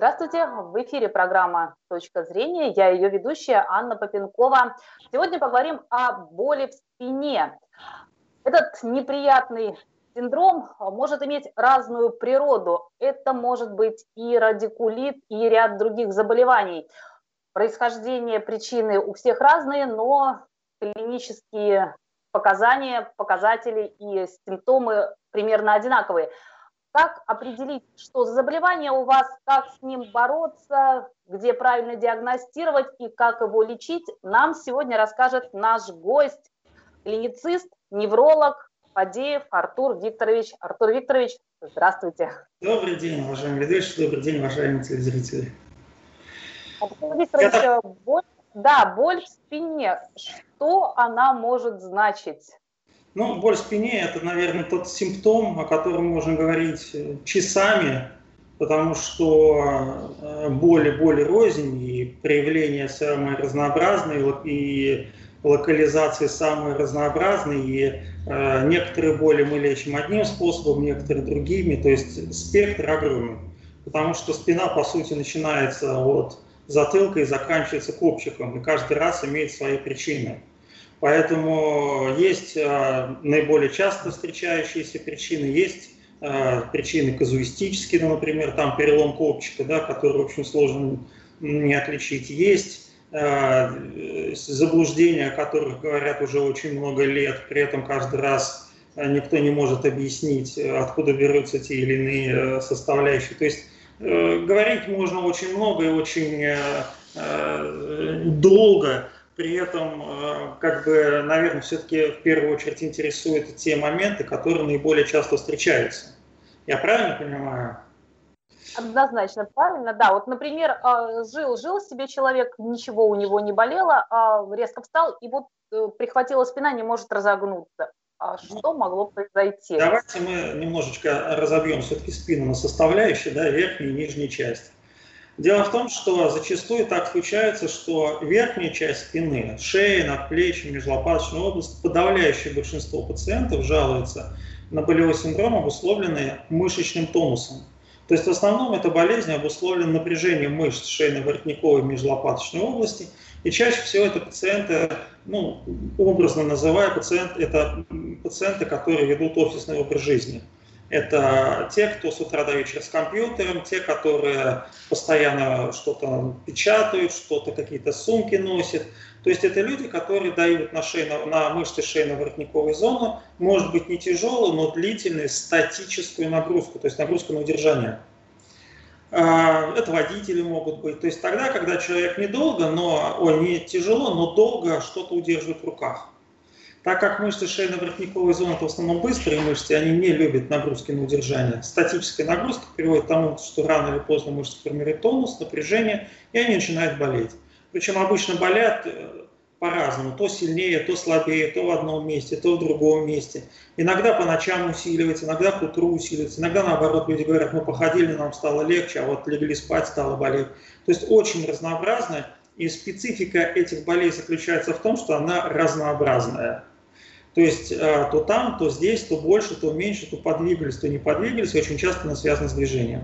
Здравствуйте, в эфире программа «Точка зрения». Я ее ведущая Анна Попенкова. Сегодня поговорим о боли в спине. Этот неприятный синдром может иметь разную природу. Это может быть и радикулит, и ряд других заболеваний. Происхождение причины у всех разные, но клинические показания, показатели и симптомы примерно одинаковые. Как определить, что за заболевание у вас, как с ним бороться, где правильно диагностировать и как его лечить, нам сегодня расскажет наш гость, клиницист, невролог Фадеев Артур Викторович. Артур Викторович, здравствуйте. Добрый день, уважаемый ведущий, добрый день, уважаемые телезрители. Артур Викторович, боль в спине, что она может значить? Ну, боль в спине – это, наверное, тот симптом, о котором можно говорить часами, потому что боли рознь, и проявления самые разнообразные, и локализации самые разнообразные, и некоторые боли мы лечим одним способом, некоторые другими, то есть спектр огромный, потому что спина, по сути, начинается от затылка и заканчивается копчиком, и каждый раз имеет свои причины. Поэтому есть наиболее часто встречающиеся причины, есть причины казуистические, ну, например, там перелом копчика, да, который очень сложно не отличить. Есть заблуждения, о которых говорят уже очень много лет, при этом каждый раз никто не может объяснить, откуда берутся те или иные составляющие. То есть говорить можно очень много и очень долго. При этом, наверное, все-таки в первую очередь интересуют те моменты, которые наиболее часто встречаются. Я правильно понимаю? Однозначно правильно, да. Вот, например, жил себе человек, ничего у него не болело, резко встал, и вот прихватила спина, не может разогнуться. А что могло произойти? Давайте мы немножечко разобьем все-таки спину на составляющие, да, верхнюю и нижнюю часть. Дело в том, что зачастую так случается, что верхняя часть спины, шея, надплечье, межлопаточная область, подавляющее большинство пациентов жалуются на болевой синдром, обусловленный мышечным тонусом. То есть в основном эта болезнь обусловлена напряжением мышц шейно-воротниковой и межлопаточной области. И чаще всего это пациенты, ну, образно называя, это пациенты, которые ведут офисный образ жизни. Это те, кто с утра до вечера с компьютером, те, которые постоянно что-то печатают, что-то, какие-то сумки носят. То есть это люди, которые дают на мышцы шейно-воротниковой зоны, может быть не тяжелую, но длительную статическую нагрузку, то есть нагрузку на удержание. Это водители могут быть. То есть тогда, когда человек не тяжело, но долго что-то удерживает в руках. Так как мышцы шейно-воротниковой зоны это в основном быстрые мышцы, они не любят нагрузки на удержание. Статическая нагрузка приводит к тому, что рано или поздно мышцы формируют тонус, напряжение, и они начинают болеть. Причем обычно болят по-разному, то сильнее, то слабее, то в одном месте, то в другом месте. Иногда по ночам усиливается, иногда к утру усиливается, иногда наоборот люди говорят, мы походили, нам стало легче, а вот легли спать, стало болеть. То есть очень разнообразно, и специфика этих болей заключается в том, что она разнообразная. То есть то там, то здесь, то больше, то меньше, то подвигались, то не подвигались, очень часто она связана с движением.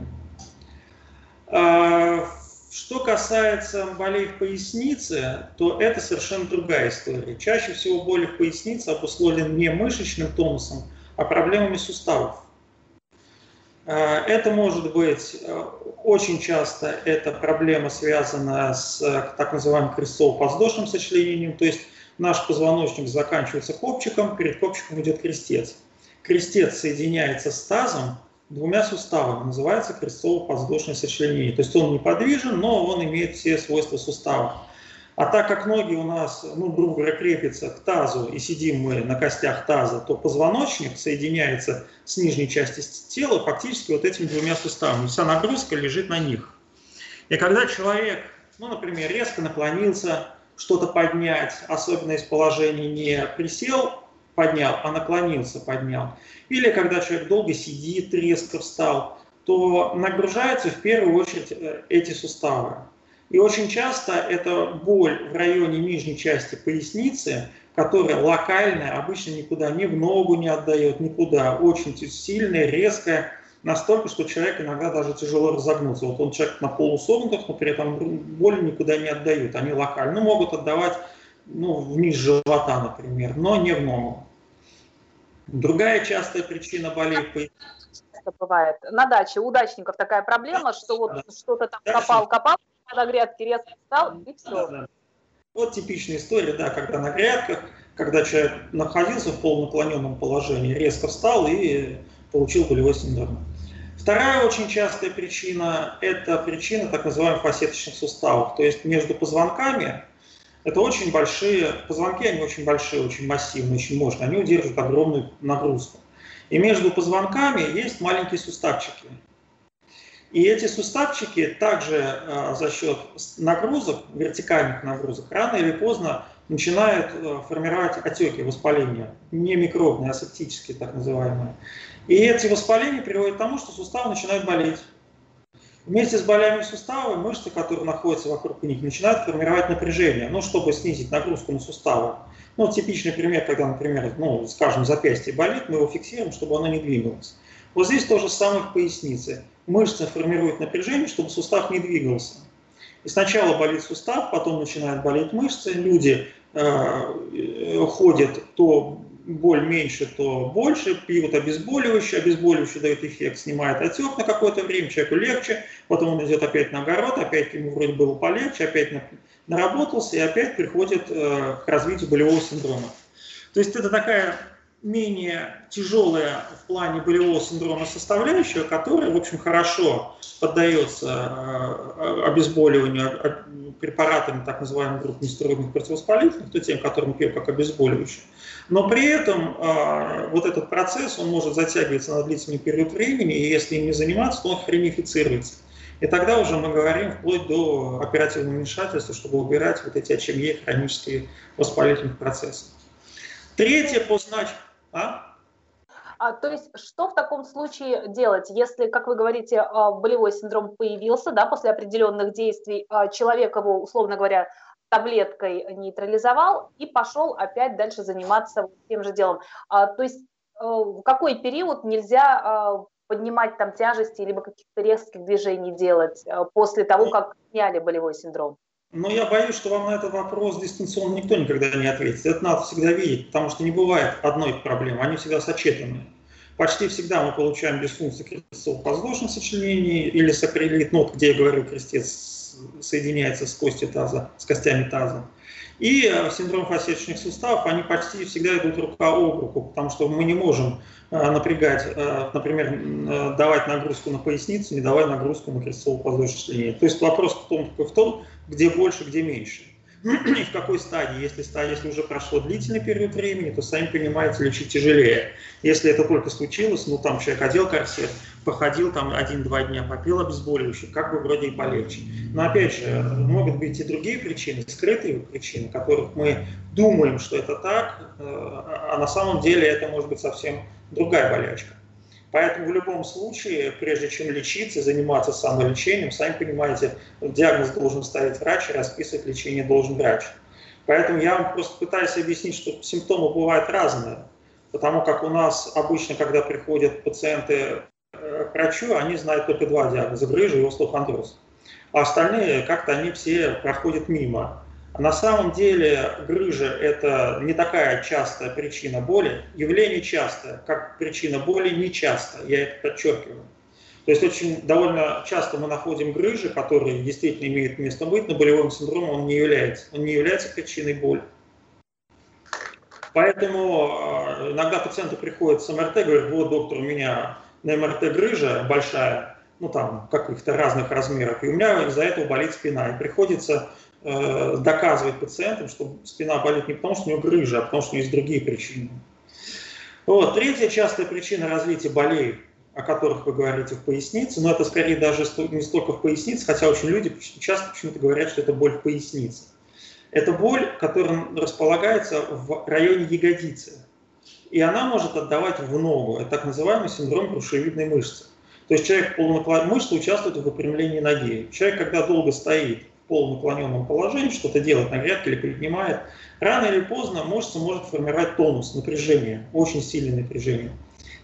Что касается болей в пояснице, то это совершенно другая история. Чаще всего боли в пояснице обусловлены не мышечным тонусом, а проблемами суставов. Это может быть очень часто эта проблема связана с так называемым крестово-подвздошным сочленением, то есть наш позвоночник заканчивается копчиком, перед копчиком идет крестец. Крестец соединяется с тазом двумя суставами, называется крестово-подвздошное сочленение. То есть он неподвижен, но он имеет все свойства сустава. А так как ноги у нас, грубо говоря, крепятся к тазу, и сидим мы на костях таза, то позвоночник соединяется с нижней частью тела фактически вот этими двумя суставами. Вся нагрузка лежит на них. И когда человек, например, резко наклонился что-то поднять, особенно из положения не присел, поднял, а наклонился, поднял, или когда человек долго сидит, резко встал, то нагружаются в первую очередь эти суставы. И очень часто это боль в районе нижней части поясницы, которая локальная, обычно никуда, ни в ногу не отдает, никуда, очень сильная, резкая, настолько, что человек иногда даже тяжело разогнуться. Вот он человек на полусогнутых, но при этом боли никуда не отдают, они локально. Ну, могут отдавать вниз живота, например, но не в ногу. Другая частая причина болей в пояснице. Это бывает. На даче у дачников такая проблема, что вот что-то там копал, на грядке резко встал, и все. Да. Вот типичная история, да, когда на грядках, когда человек находился в полунаклоненном положении, резко встал и получил болевой синдром. Вторая очень частая причина – это причина так называемых фасеточных суставов. То есть между позвонками, это очень большие, позвонки, они очень большие, очень массивные, очень мощные, они удерживают огромную нагрузку. И между позвонками есть маленькие суставчики. И эти суставчики также за счет нагрузок, вертикальных нагрузок, рано или поздно начинают формировать отеки, воспаления, не микробные, а септические так называемые. И эти воспаления приводят к тому, что суставы начинают болеть. Вместе с болями сустава мышцы, которые находятся вокруг них, начинают формировать напряжение, чтобы снизить нагрузку на суставы. Типичный пример, когда, например, скажем, запястье болит, мы его фиксируем, чтобы оно не двигалось. Вот здесь то же самое в пояснице. Мышца формирует напряжение, чтобы сустав не двигался. И сначала болит сустав, потом начинают болеть мышцы. Люди ходят, то боль меньше, то больше, пьют обезболивающее. Обезболивающее дает эффект, снимает отек на какое-то время, человеку легче, потом он идет опять на огород, опять ему вроде было полегче, опять наработался и опять приходит к развитию болевого синдрома. То есть это такая менее тяжелая в плане болевого синдрома составляющая, которая, в общем, хорошо поддается обезболиванию препаратами так называемых групп нестероидных противовоспалительных, то тем, которым пьем как обезболивающее. Но при этом вот этот процесс, он может затягиваться на длительный период времени, и если им не заниматься, то он хронифицируется. И тогда уже мы говорим вплоть до оперативного вмешательства, чтобы убирать вот эти очаги хронические воспалительных процессов. Третье по значению. То есть что в таком случае делать, если, как вы говорите, болевой синдром появился, да, после определенных действий, человек его, условно говоря, таблеткой нейтрализовал и пошел опять дальше заниматься тем же делом. То есть в какой период нельзя поднимать там тяжести либо каких-то резких движений делать после того, как сняли болевой синдром? Но я боюсь, что вам на этот вопрос дистанционно никто никогда не ответит. Это надо всегда видеть, потому что не бывает одной проблемы, они всегда сочетаны. Почти всегда мы получаем дисфункцию крестцово-подвздошных сочленений или сакролит, где я говорю, крестец соединяется с костью таза, с костями таза. И синдром фасеточных суставов, они почти всегда идут рука об руку, потому что мы не можем напрягать, например, давать нагрузку на поясницу, не давая нагрузку на крестцово-подвздошное сочленение. То есть вопрос только в том, где больше, где меньше. И в какой стадии. Если уже прошло длительный период времени, то, сами понимаете, лечить тяжелее. Если это только случилось, там человек одел корсет, походил там 1-2 дня, попил обезболивающее, как бы вроде и полегче. Но опять же, могут быть и другие причины, скрытые причины, которых мы думаем, что это так, а на самом деле это может быть совсем другая болячка. Поэтому в любом случае, прежде чем лечиться, заниматься самолечением, сами понимаете, диагноз должен ставить врач, и расписывать лечение должен врач. Поэтому я вам просто пытаюсь объяснить, что симптомы бывают разные. Потому как у нас обычно, когда приходят пациенты к врачу, они знают только 2 диагноза – грыжа и остеохондроз. А остальные как-то они все проходят мимо. А на самом деле грыжа – это не такая частая причина боли. Явление частое, как причина боли не часто, я это подчеркиваю. То есть довольно часто мы находим грыжи, которые действительно имеют место быть, но болевым синдромом он не является. Он не является причиной боли. Поэтому иногда пациенты приходят с МРТ, говорят: вот, доктор, у меня на МРТ грыжа большая, каких-то разных размерах, и у меня из-за этого болит спина. И приходится доказывать пациентам, что спина болит не потому, что у него грыжа, а потому, что есть другие причины. Третья частая причина развития болей, о которых вы говорите, в пояснице, но это скорее даже не столько в пояснице, хотя очень люди часто почему-то говорят, что это боль в пояснице. Это боль, которая располагается в районе ягодицы, и она может отдавать в ногу. Это так называемый синдром грушевидной мышцы. То есть мышца участвует в выпрямлении ноги. Человек, когда долго стоит в полунаклоненном положении, что-то делает на грядке или поднимает, рано или поздно мышца может формировать тонус, напряжение, очень сильное напряжение.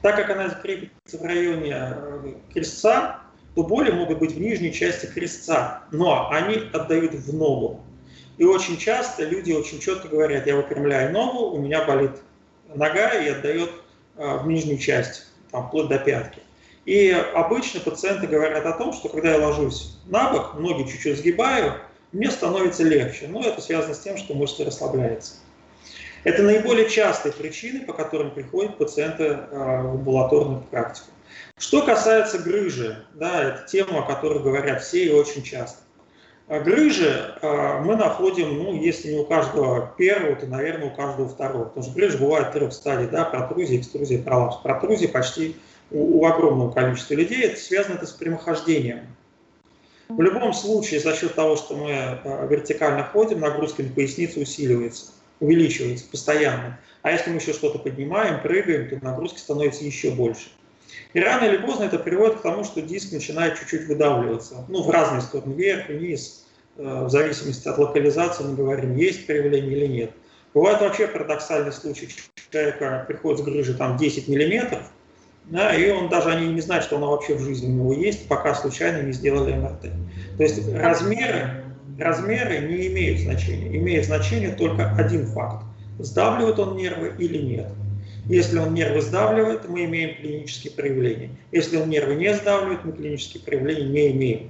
Так как она крепится в районе крестца, то боли могут быть в нижней части крестца, но они отдают в ногу. И очень часто люди очень четко говорят: я выпрямляю ногу, у меня болит нога и отдает в нижнюю часть, там, вплоть до пятки. И обычно пациенты говорят о том, что когда я ложусь на бок, ноги чуть-чуть сгибаю, мне становится легче. Но это связано с тем, что мышцы расслабляются. Это наиболее частые причины, по которым приходят пациенты в амбулаторную практику. Что касается грыжи, да, это тема, о которой говорят все и очень часто. Грыжи мы находим, ну, если не у каждого первого, то, наверное, у каждого второго. Потому что грыжи бывают 3 стадий, да, протрузия, экструзия, пролапс. Протрузия почти у огромного количества людей. Это связано с прямохождением. В любом случае, за счет того, что мы вертикально ходим, нагрузка на поясницу усиливается, увеличивается постоянно. А если мы еще что-то поднимаем, прыгаем, то нагрузка становится еще больше. И рано или поздно это приводит к тому, что диск начинает чуть-чуть выдавливаться. Ну, в разные стороны, вверх, вниз, в зависимости от локализации, мы говорим, есть проявление или нет. Бывает вообще парадоксальный случай, человека приходит с грыжей там 10 миллиметров, да, и он даже не знает, что она вообще в жизни у него есть, пока случайно не сделали МРТ. То есть размеры не имеют значения. Имеет значение только один факт. Сдавливает он нервы или нет. Если он нервы сдавливает, мы имеем клинические проявления. Если он нервы не сдавливает, мы клинические проявления не имеем.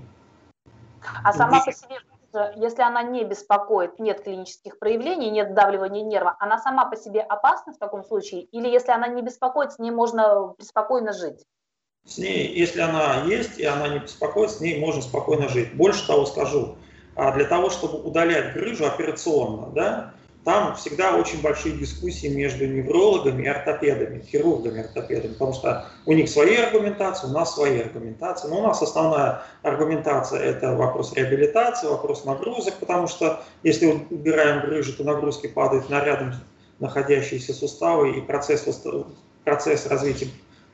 А сама по себе, если она не беспокоит, нет клинических проявлений, нет сдавливания нерва, она сама по себе опасна в таком случае? Или если она не беспокоит, с ней можно спокойно жить? С ней, если она есть и она не беспокоит, с ней можно спокойно жить. Больше того скажу, для того, чтобы удалять грыжу операционно, да, там всегда очень большие дискуссии между неврологами и ортопедами, хирургами-ортопедами, потому что у них свои аргументации, у нас свои аргументации. Но у нас основная аргументация – это вопрос реабилитации, вопрос нагрузок, потому что если убираем грыжу, то нагрузки падают на рядом находящиеся суставы, и процесс развития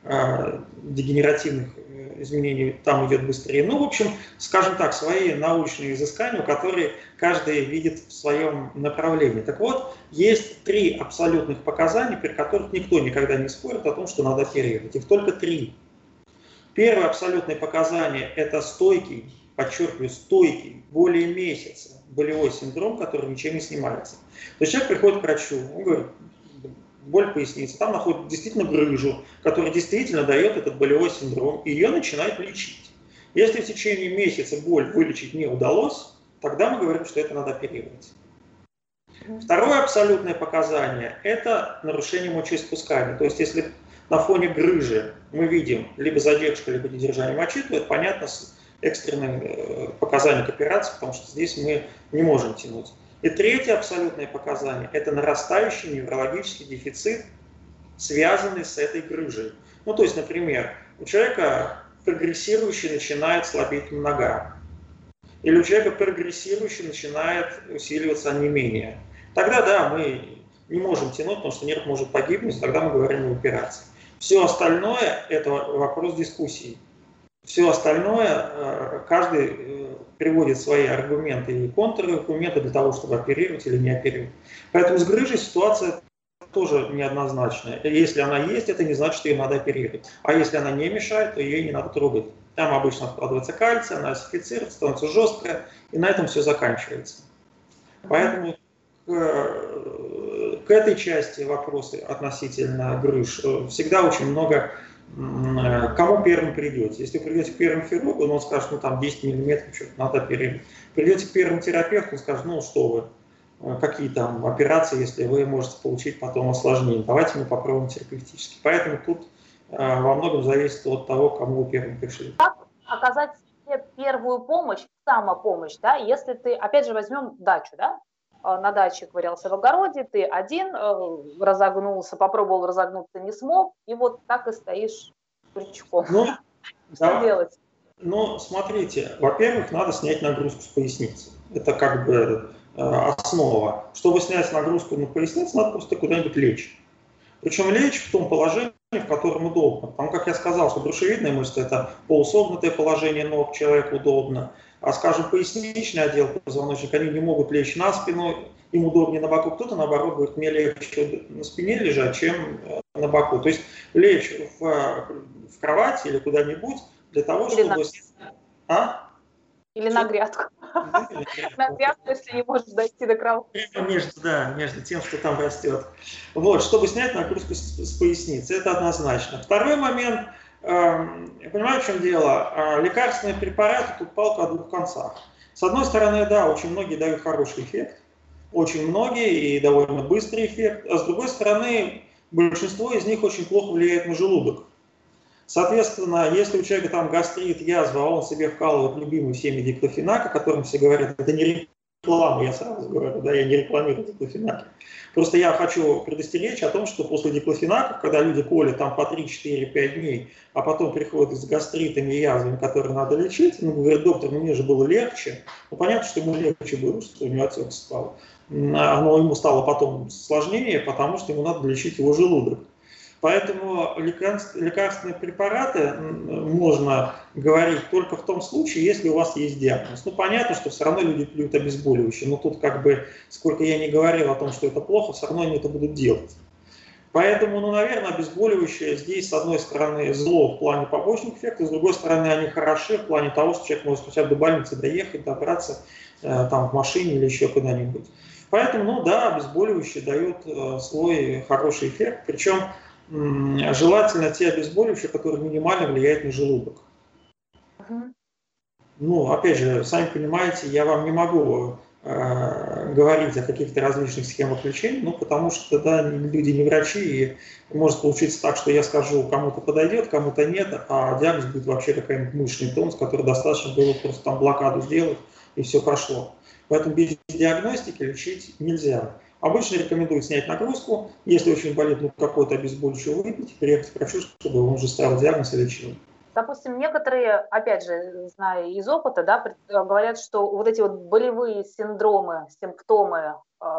дегенеративных изменений там идет быстрее. Ну, в общем, скажем так, свои научные изыскания, которые каждый видит в своем направлении. Так вот, есть 3 абсолютных показания, при которых никто никогда не спорит о том, что надо оперировать. Их только 3. Первое абсолютное показание – это стойкий, подчеркиваю, стойкий, более месяца болевой синдром, который ничем не снимается. То есть человек приходит к врачу, он говорит: боль поясницы, там находит действительно грыжу, которая действительно дает этот болевой синдром, и ее начинают лечить. Если в течение месяца боль вылечить не удалось, тогда мы говорим, что это надо оперировать. Второе абсолютное показание – это нарушение мочеиспускания. То есть если на фоне грыжи мы видим либо задержку, либо недержание мочи, то это, понятно, экстренное показание к операции, потому что здесь мы не можем тянуть. И третье абсолютное показание – это нарастающий неврологический дефицит, связанный с этой грыжей. Ну, то есть, например, у человека прогрессирующий начинает слабеть нога, или у человека прогрессирующий начинает усиливаться онемение. Тогда, да, мы не можем тянуть, потому что нерв может погибнуть, тогда мы говорим об операции. Все остальное – это вопрос дискуссии. Все остальное, каждый приводит свои аргументы и контраргументы для того, чтобы оперировать или не оперировать. Поэтому с грыжей ситуация тоже неоднозначная. Если она есть, это не значит, что ее надо оперировать. А если она не мешает, то ее не надо трогать. Там обычно откладывается кальций, она осифицируется, становится жесткая, и на этом все заканчивается. Поэтому к этой части вопросы относительно грыж всегда очень много. Кому первым придете. Если вы придете к первому хирургу, он скажет, ну там 10 миллиметров, что-то надо оперировать. Придете к первому терапевту, он скажет, ну что вы, какие там операции, если вы можете получить потом осложнение. Давайте мы попробуем терапевтически. Поэтому тут во многом зависит от того, кому вы первым пришли. Как оказать себе первую помощь, самопомощь, да, если ты, опять же, возьмем дачу, да, на даче ковырялся в огороде, ты один, разогнулся, попробовал разогнуться, не смог, и вот так и стоишь крючком. Ну, что делать? Ну, смотрите, во-первых, надо снять нагрузку с поясницы. Это как бы основа. Чтобы снять нагрузку на поясницу, надо просто куда-нибудь лечь. Причем лечь в том положении, в котором удобно. Потому как я сказал, что брюшевидная мышца – это полусогнутое положение ног, человеку удобно. А, скажем, поясничный отдел позвоночника, они не могут лечь на спину, им удобнее на боку, кто-то, наоборот, говорит, мне легче на спине лежать, чем на боку. То есть лечь в кровати или куда-нибудь для того, Или чтобы... Или на грядку. На грядку, если не можешь дойти до кровати. Между тем, что там растет. Вот, чтобы снять нагрузку с поясницы, это однозначно. Второй момент, я понимаю, в чем дело, лекарственные препараты, тут палка о двух концах. С одной стороны, да, очень многие дают хороший эффект, очень многие и довольно быстрый эффект, а с другой стороны, большинство из них очень плохо влияет на желудок. Соответственно, если у человека там гастрит, язва, а он себе вкалывает любимый всеми диклофенак, о котором все говорят, это не реклама, я сразу говорю, да, я не рекламирую диклофенак. Просто я хочу предостеречь о том, что после диклофенаков, когда люди колят там по 3, 4, 5 дней, а потом приходят с гастритами и язвами, которые надо лечить, ну, говорят, доктор, мне же было легче. Ну, понятно, что ему легче было, что у него отек стал. Но ему стало потом сложнее, потому что ему надо лечить его желудок. Поэтому лекарственные препараты можно говорить только в том случае, если у вас есть диагноз. Ну, понятно, что все равно люди пьют обезболивающие, но тут как бы, сколько я не говорил о том, что это плохо, все равно они это будут делать. Поэтому, ну, наверное, обезболивающие здесь, с одной стороны, зло в плане побочных эффектов, с другой стороны, они хороши в плане того, что человек может хотя бы до больницы доехать, добраться там в машине или еще куда-нибудь. Поэтому, ну да, обезболивающие дают свой хороший эффект, причем желательно те обезболивающие, которые минимально влияют на желудок. Ну, опять же, сами понимаете, я вам не могу говорить о каких-то различных схемах лечения, ну, потому что, да, люди не врачи, и может получиться так, что я скажу, кому-то подойдет, кому-то нет, а диагноз будет вообще какой-нибудь мышечный тонус, который достаточно было просто там блокаду сделать, и все прошло. Поэтому без диагностики лечить нельзя. Обычно рекомендуют снять нагрузку, если очень болит, ну, какой-то обезболивающий выпить, приехать к врачу, чтобы он уже ставил диагноз и лечил. Допустим, некоторые, опять же, зная из опыта, да, говорят, что вот эти вот болевые синдромы, симптомы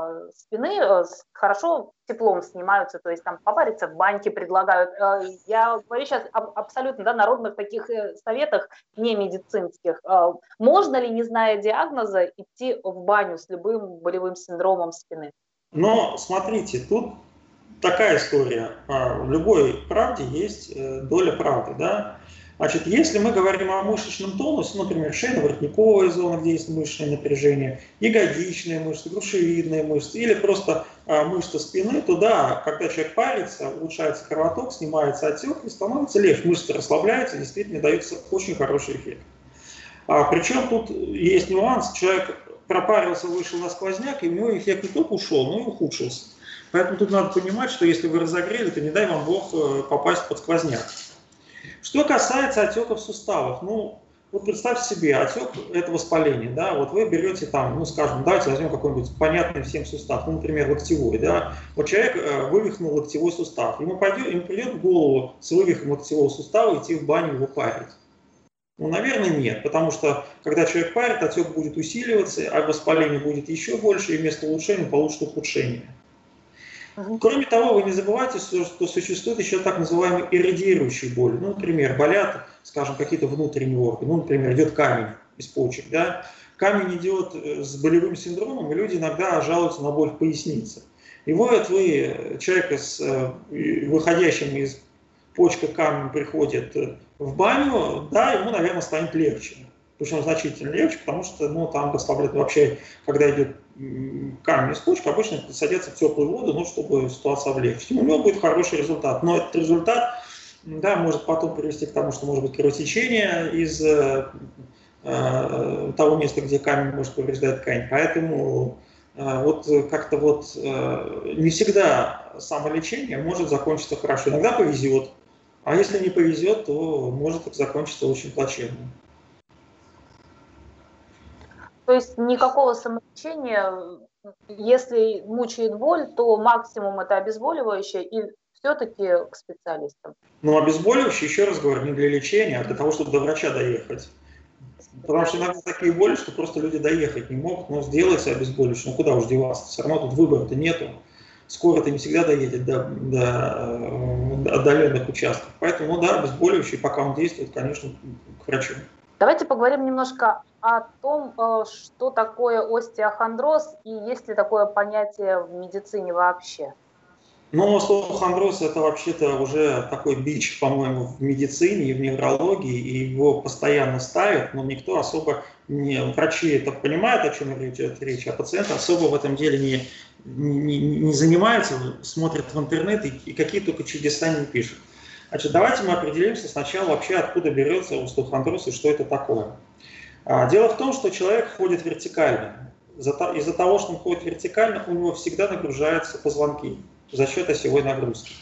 спины хорошо теплом снимаются, то есть там попариться в баньке предлагают. Я говорю сейчас абсолютно, да, народных таких советах, не медицинских. Можно ли, не зная диагноза, идти в баню с любым болевым синдромом спины? Но смотрите, тут такая история. В любой правде есть доля правды, да? Значит, если мы говорим о мышечном тонусе, например, шейно-воротниковая зона, где есть мышечное напряжение, ягодичные мышцы, грушевидные мышцы или просто мышца спины, то да, когда человек парится, улучшается кровоток, снимается отек и становится легче, мышцы расслабляются, действительно дается очень хороший эффект. Причем тут есть нюанс, человек пропарился, вышел на сквозняк, и у него эффект не только ушел, но и ухудшился. Поэтому тут надо понимать, что если вы разогрели, то не дай вам Бог попасть под сквозняк. Что касается отеков в суставах, ну, вот представьте себе, отек – это воспаление, да, вот вы берете там, ну, скажем, давайте возьмем какой-нибудь понятный всем сустав, ну, например, локтевой, да, вот человек вывихнул локтевой сустав, ему придет в голову с вывихом локтевого сустава идти в баню его парить. Ну, наверное, нет, потому что, когда человек парит, отек будет усиливаться, а воспаление будет еще больше, и вместо улучшения получит ухудшение. Кроме того, вы не забывайте, что существует еще так называемые иррадиирующие боли. Ну, например, болят, скажем, какие-то внутренние органы. Ну, например, идет камень из почек. Да? Камень идет с болевым синдромом, и люди иногда жалуются на боль в пояснице. И вот вы, человек выходящим из почек камнем приходит в баню, да, ему, наверное, станет легче. Причем значительно легче, потому что, ну, там расслабляют вообще, когда идет камень из почек, обычно садятся в теплую воду, ну, чтобы ситуацию облегчить. У него будет хороший результат. Но этот результат, да, может потом привести к тому, что может быть кровотечение из того места, где камень может повреждать ткань. Поэтому вот как-то вот не всегда самолечение может закончиться хорошо. Иногда повезет, а если не повезет, то может закончиться очень плачевно. То есть никакого самолечения, если мучает боль, то максимум это обезболивающее и все-таки к специалистам. Ну, обезболивающее, еще раз говорю, не для лечения, а для того, чтобы до врача доехать. Потому что иногда такие боли, что просто люди доехать не могут, но сделайте обезболивающее, ну куда уж деваться, все равно тут выбора-то нету. Скоро-то не всегда доедет до отдаленных участков. Поэтому, ну да, обезболивающее, пока он действует, конечно, к врачу. Давайте поговорим немножко о том, что такое остеохондроз и есть ли такое понятие в медицине вообще. Но остеохондроз – это вообще-то уже такой бич, по-моему, в медицине и в неврологии, и его постоянно ставят, но никто особо не… Врачи это понимают, о чем идет речь, а пациенты особо в этом деле не занимаются, смотрят в интернет и какие только чудеса не пишут. Значит, давайте мы определимся сначала вообще, откуда берется остеохондроз и что это такое. Дело в том, что человек ходит вертикально. Из-за того, что он ходит вертикально, у него всегда нагружаются позвонки за счет осевой нагрузки.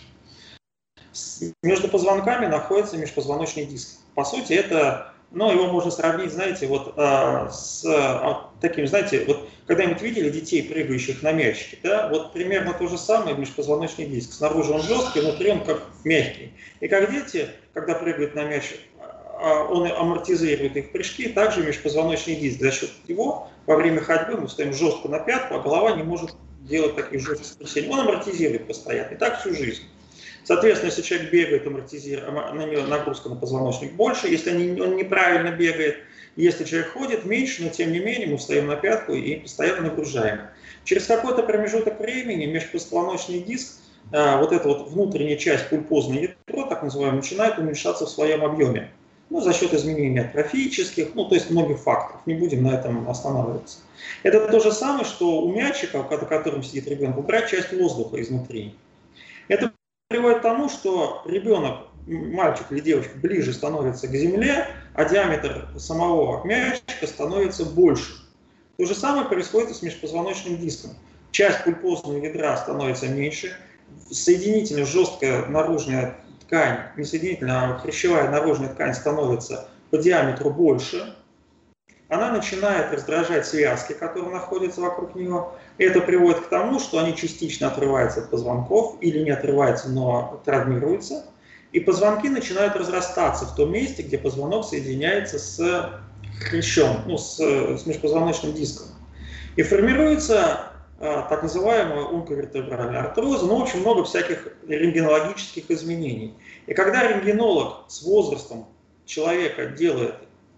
Между позвонками находится межпозвоночный диск. По сути, это, его можно сравнить, знаете, вот с таким, знаете, вот когда-нибудь видели детей, прыгающих на мячике, да, вот примерно то же самое межпозвоночный диск. Снаружи он жесткий, внутри он как мягкий. И как дети, когда прыгают на мяч, он амортизирует их прыжки, также межпозвоночный диск. За счет него во время ходьбы мы стоим жестко на пятку, а голова не может делать такие жесткие сотрясения. Он амортизирует постоянно, и так всю жизнь. Соответственно, если человек бегает, на него нагрузка на позвоночник больше, если он неправильно бегает, если человек ходит меньше, но тем не менее мы встаем на пятку и постоянно нагружаем. Через какой-то промежуток времени межпозвоночный диск, вот эта вот внутренняя часть пульпозное ядро, так называемое, начинает уменьшаться в своем объеме. За счет изменений атрофических, то есть многих факторов. Не будем на этом останавливаться. Это то же самое, что у мячика, на котором сидит ребенок, убрать часть воздуха изнутри. Это приводит к тому, что ребенок, мальчик или девочка, ближе становится к земле, а диаметр самого мячика становится больше. То же самое происходит и с межпозвоночным диском. Часть пульпозного ядра становится меньше, соединительно жесткая наружная ткань, не соединительная, а хрящевая наружная ткань становится по диаметру больше, она начинает раздражать связки, которые находятся вокруг нее. Это приводит к тому, что они частично отрываются от позвонков или не отрываются, но травмируются. И позвонки начинают разрастаться в том месте, где позвонок соединяется с хрящом, с межпозвоночным диском. И формируется так называемая онковертебральная артроза, очень много всяких рентгенологических изменений. И когда рентгенолог с возрастом человека делает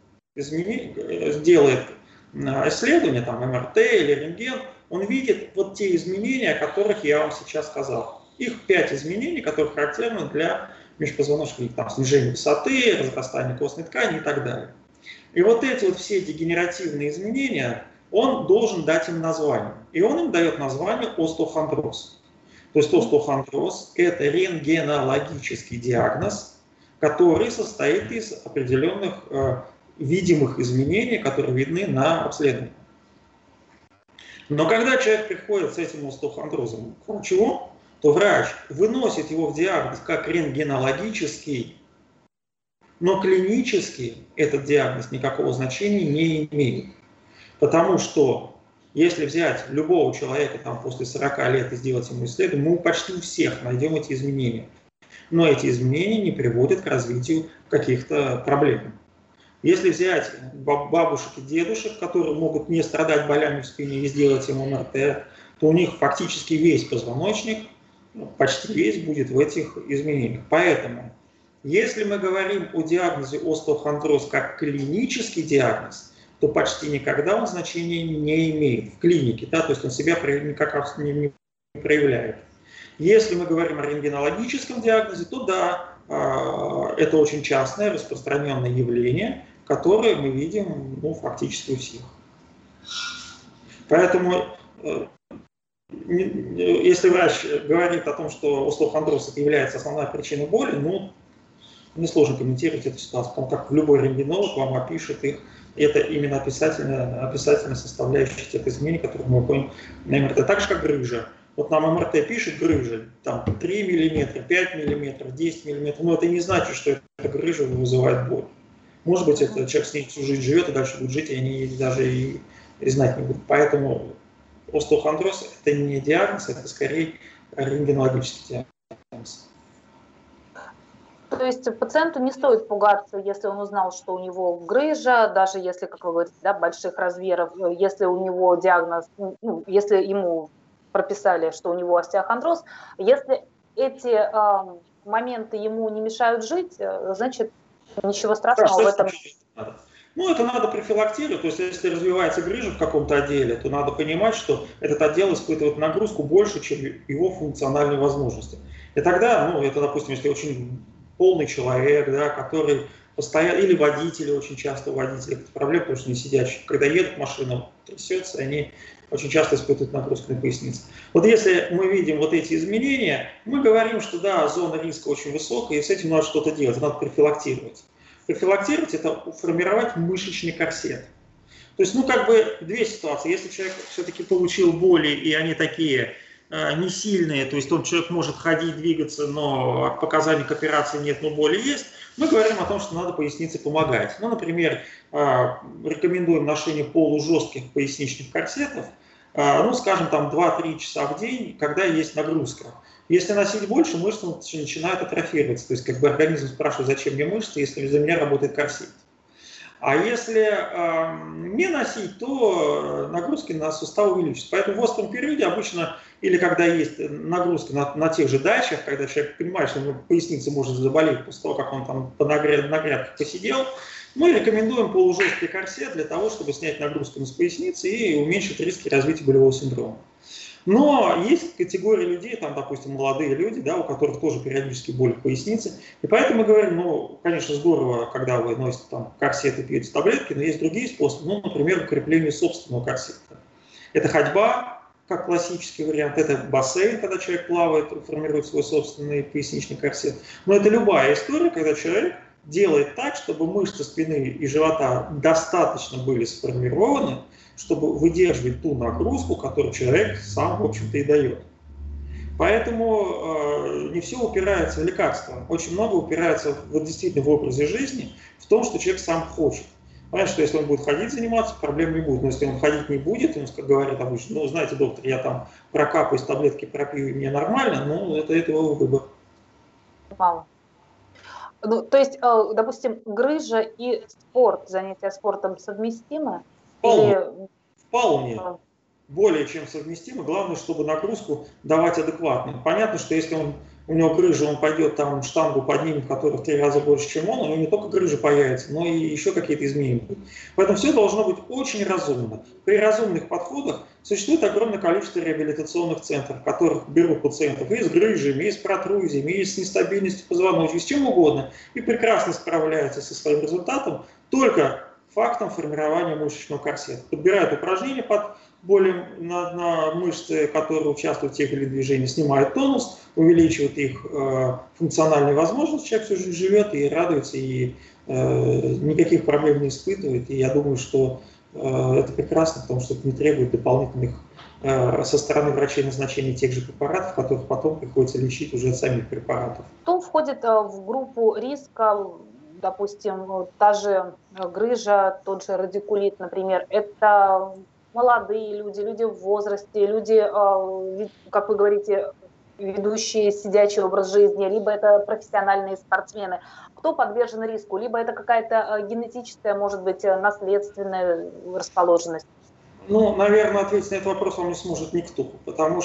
исследование, там МРТ или рентген, он видит вот те изменения, о которых я вам сейчас сказал. Их 5 изменений, которые характерны для межпозвоночных, там, снижение высоты, разрастание костной ткани и так далее. И вот эти вот все дегенеративные изменения, он должен дать им название. И он им дает название остеохондроз. То есть остеохондроз – это рентгенологический диагноз, который состоит из определенных видимых изменений, которые видны на обследовании. Но когда человек приходит с этим остеохондрозом к врачу, то врач выносит его в диагноз как рентгенологический, но клинически этот диагноз никакого значения не имеет. Потому что если взять любого человека после 40 лет и сделать ему исследование, мы почти у всех найдем эти изменения. Но эти изменения не приводят к развитию каких-то проблем. Если взять бабушек и дедушек, которые могут не страдать болями в спине и сделать им МРТ, то у них фактически весь позвоночник, почти весь будет в этих изменениях. Поэтому, если мы говорим о диагнозе остеохондроз как клинический диагноз, то почти никогда он значения не имеет в клинике, то есть он себя никак не проявляет. Если мы говорим о рентгенологическом диагнозе, то да, это очень частное, распространенное явление, которое мы видим фактически у всех. Поэтому, если врач говорит о том, что остеохондроз является основной причиной боли, несложно комментировать эту ситуацию, потому как любой рентгенолог вам опишет их. Это именно описательная составляющая тех изменений, которые мы выходим на МРТ. Так же, как грыжа. Вот нам МРТ пишет грыжа, там 3 мм, 5 мм, 10 мм, но это не значит, что эта грыжа вызывает боль. Может быть, этот человек с ней всю жизнь живет и дальше будет жить, и они даже и знать не будут. Поэтому остеохондроз – это не диагноз, это скорее рентгенологический диагноз. То есть пациенту не стоит пугаться, если он узнал, что у него грыжа, даже если, как вы говорите, больших размеров, если у него диагноз, если ему прописали, что у него остеохондроз, если эти моменты ему не мешают жить, значит, ничего страшного в этом. Ну, это надо профилактировать, то есть если развивается грыжа в каком-то отделе, то надо понимать, что этот отдел испытывает нагрузку больше, чем его функциональные возможности. И тогда, ну, это, допустим, если очень полный человек, да, который постоянно, или водители, очень часто у водителей это проблема, потому что не сидящие, когда едут, машина трясется, они очень часто испытывают нагрузку на поясницу. Вот если мы видим вот эти изменения, мы говорим, что да, зона риска очень высокая, и с этим надо что-то делать, надо профилактировать. Профилактировать – это формировать мышечный корсет. То есть, ну, как бы две ситуации. Если человек все-таки получил боли, и они такие не сильные, то есть человек может ходить, двигаться, но показаний к операции нет, но боли есть, мы говорим о том, что надо пояснице помогать. Ну, например, рекомендуем ношение полужестких поясничных корсетов, ну, скажем, там 2-3 часа в день, когда есть нагрузка. Если носить больше, мышцы начинают атрофироваться. То есть как бы организм спрашивает, зачем мне мышцы, если за меня работает корсет. А если не носить, то нагрузки на суставы увеличатся. Поэтому в остром периоде обычно, или когда есть нагрузка на тех же дачах, когда человек понимает, что ему поясница может заболеть после того, как он там на грядках посидел, мы рекомендуем полужесткий корсет для того, чтобы снять нагрузку с поясницы и уменьшить риски развития болевого синдрома. Но есть категория людей, там, допустим, молодые люди, да, у которых тоже периодически боль в пояснице. И поэтому мы говорим, ну, конечно, здорово, когда вы носите там корсет и пьете таблетки, но есть другие способы, ну, например, укрепление собственного корсета. Это ходьба, как классический вариант, это бассейн, когда человек плавает, формирует свой собственный поясничный корсет. Но это любая история, когда человек делает так, чтобы мышцы спины и живота достаточно были сформированы, чтобы выдерживать ту нагрузку, которую человек сам, в общем-то, и дает. Поэтому не все упирается в лекарства. Очень много упирается вот, действительно в образе жизни, в том, что человек сам хочет. Понятно, что если он будет ходить заниматься, проблем не будет. Но если он ходить не будет, он, как говорят обычно, ну, знаете, доктор, я там прокапаюсь, таблетки пропью, и мне нормально, ну, это его выбор. Мало. Ну, то есть, допустим, грыжа и спорт, занятия спортом совместимы? Вполне. Более чем совместимо. Главное, чтобы нагрузку давать адекватную. Понятно, что если у него грыжа, он пойдет там штангу поднимет, которая в 3 раза больше, чем он, у него не только грыжа появится, но и еще какие-то изменения будут. Поэтому все должно быть очень разумно. При разумных подходах существует огромное количество реабилитационных центров, в которых берут пациентов и с грыжами, и с протрузиями, и с нестабильностью позвоночника, с чем угодно, и прекрасно справляются со своим результатом только фактом формирования мышечного корсета. Подбирают упражнения под боли на мышцы, которые участвуют в тех или иных движениях, снимают тонус, увеличивают их функциональные возможности, человек всю жизнь живет и радуется, и никаких проблем не испытывает. И я думаю, что это прекрасно, потому что это не требует дополнительных со стороны врачей назначения тех же препаратов, которых потом приходится лечить уже от самих препаратов. Кто входит в группу риска? Допустим, та же грыжа, тот же радикулит, например, это молодые люди, люди в возрасте, люди, как вы говорите, ведущие сидячий образ жизни, либо это профессиональные спортсмены. Кто подвержен риску? Либо это какая-то генетическая, может быть, наследственная расположенность? Ну, наверное, ответить на этот вопрос вам не сможет никто, потому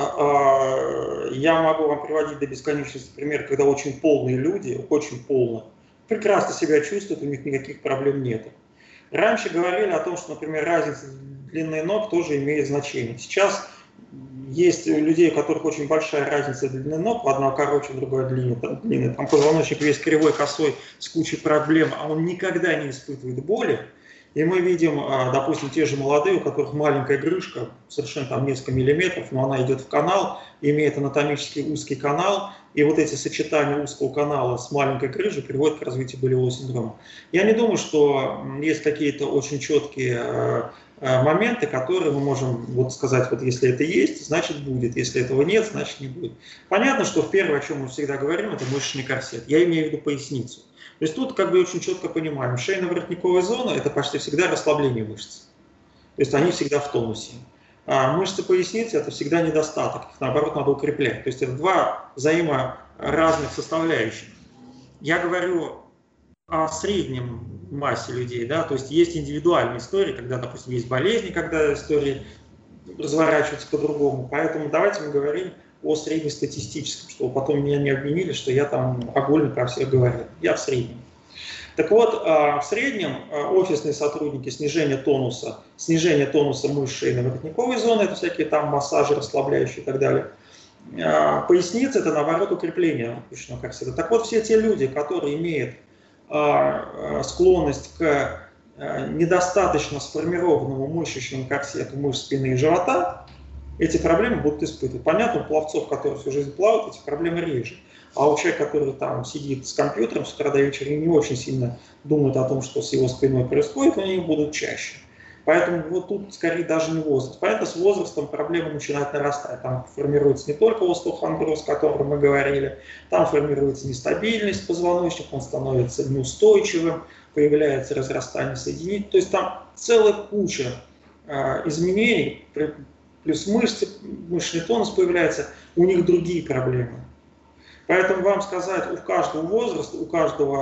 что я могу вам приводить до бесконечности пример, когда очень полные люди, очень полно, прекрасно себя чувствуют, у них никаких проблем нет. Раньше говорили о том, что, например, разница длины ног тоже имеет значение. Сейчас есть у людей, у которых очень большая разница длины ног, у одного короче, у другого длиннее. Там позвоночник весь кривой, косой, с кучей проблем, а он никогда не испытывает боли. И мы видим, допустим, те же молодые, у которых маленькая грыжка, совершенно там несколько миллиметров, но она идет в канал, имеет анатомически узкий канал, и вот эти сочетания узкого канала с маленькой грыжей приводят к развитию болевого синдрома. Я не думаю, что есть какие-то очень четкие моменты, которые мы можем вот сказать, вот если это есть, значит будет, если этого нет, значит не будет. Понятно, что первое, о чем мы всегда говорим, это мышечный корсет. Я имею в виду поясницу. То есть тут как бы очень четко понимаем, шейно-воротниковая зона – это почти всегда расслабление мышц. То есть они всегда в тонусе. А мышцы поясницы – это всегда недостаток, их наоборот надо укреплять. То есть это два взаиморазных составляющих. Я говорю о среднем массе людей, да, то есть есть индивидуальные истории, когда, допустим, есть болезни, когда истории разворачиваются по-другому. Поэтому давайте мы говорим о среднестатистическом, чтобы потом меня не обвинили, что я там огульно про всех говорю. Я в среднем. Так вот, в среднем офисные сотрудники снижение тонуса мышц шейно-воротниковой зоны, это всякие там массажи расслабляющие и так далее. Поясница – это, наоборот, укрепление мышечного корсета. Так вот, все те люди, которые имеют склонность к недостаточно сформированному мышечному корсету мышц спины и живота, эти проблемы будут испытывать. Понятно, у пловцов, которые всю жизнь плавают, эти проблемы реже. А у человека, который там сидит с компьютером с утра до вечера и не очень сильно думает о том, что с его спиной происходит, они будут чаще. Поэтому вот тут скорее даже не возраст. Понятно, с возрастом проблемы начинают нарастать. Там формируется не только остеохондроз, о котором мы говорили, там формируется нестабильность позвоночника, он становится неустойчивым, появляется разрастание соединений. То есть там целая куча изменений, плюс мышцы, мышечный тонус появляется, у них другие проблемы. Поэтому вам сказать, у каждого возраста, у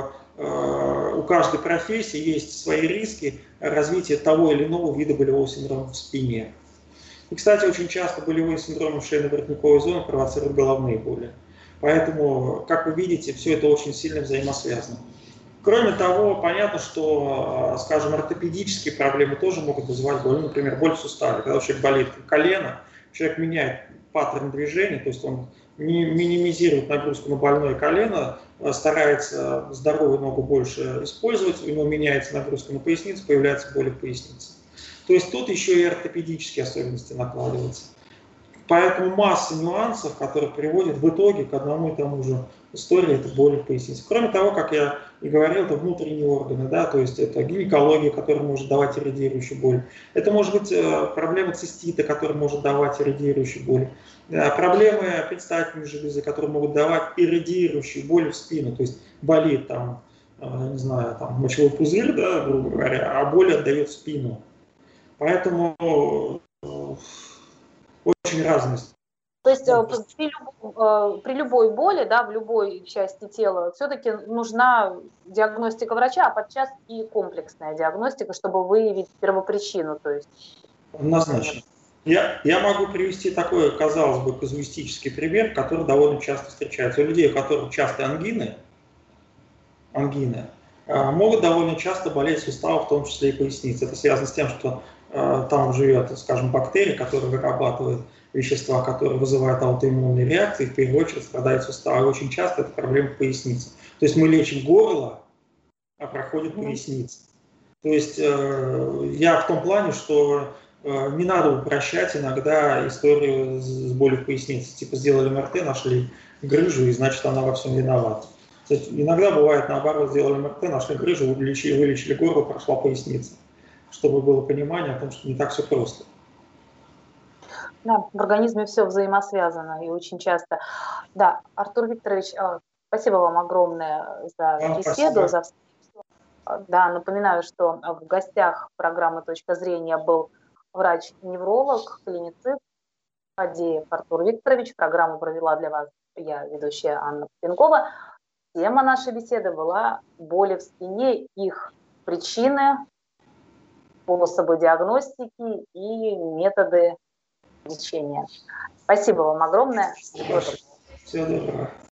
каждой профессии есть свои риски развития того или иного вида болевого синдрома в спине. И, кстати, очень часто болевые синдромы шейно-воротниковой зоны провоцируют головные боли. Поэтому, как вы видите, все это очень сильно взаимосвязано. Кроме того, понятно, что, скажем, ортопедические проблемы тоже могут вызывать боль. Например, боль в суставе. Когда у человека болит колено, человек меняет паттерн движения, то есть он минимизирует нагрузку на больное колено, старается здоровую ногу больше использовать, у него меняется нагрузка на поясницу, появляется боль в пояснице. То есть тут еще и ортопедические особенности накладываются. Поэтому масса нюансов, которые приводят в итоге к одному и тому же истории, это боль в пояснице. Кроме того, как я и говорил, это внутренние органы, да, то есть это гинекология, которая может давать ирридирующую боль. Это может быть проблема цистита, которая может давать ирридирующую боль. Проблемы предстательной железы, которые могут давать ирридирующую боль в спину, то есть болит там, не знаю, там мочевой пузырь, да, грубо говоря, а боль отдает в спину. Поэтому очень разность. То есть при любой боли, да, в любой части тела, все-таки нужна диагностика врача, а подчас и комплексная диагностика, чтобы выявить первопричину. То есть. Однозначно. Я могу привести такой, казалось бы, казуистический пример, который довольно часто встречается. У людей, у которых часто ангины могут довольно часто болеть суставы, в том числе и поясница. Это связано с тем, что там живет, скажем, бактерия, которая вырабатывает вещества, которые вызывают аутоиммунные реакции, в первую очередь страдают суставы. Очень часто это проблема поясницы. То есть мы лечим горло, а проходит поясница. То есть я в том плане, что не надо упрощать иногда историю с болью в пояснице. Типа сделали МРТ, нашли грыжу, и значит она во всем виновата. Иногда бывает наоборот, сделали МРТ, нашли грыжу, вылечили горло, прошла поясница. Чтобы было понимание о том, что не так все просто. Да, в организме все взаимосвязано и очень часто. Да, Артур Викторович, спасибо вам огромное за беседу. Да, напоминаю, что в гостях программы «Точка зрения» был врач-невролог, клиницист Фадеев Артур Викторович. Программу провела для вас я, ведущая Анна Пенкова. Тема нашей беседы была боли в спине, их причины, способы диагностики и методы лечения. Спасибо вам огромное. Всего доброго.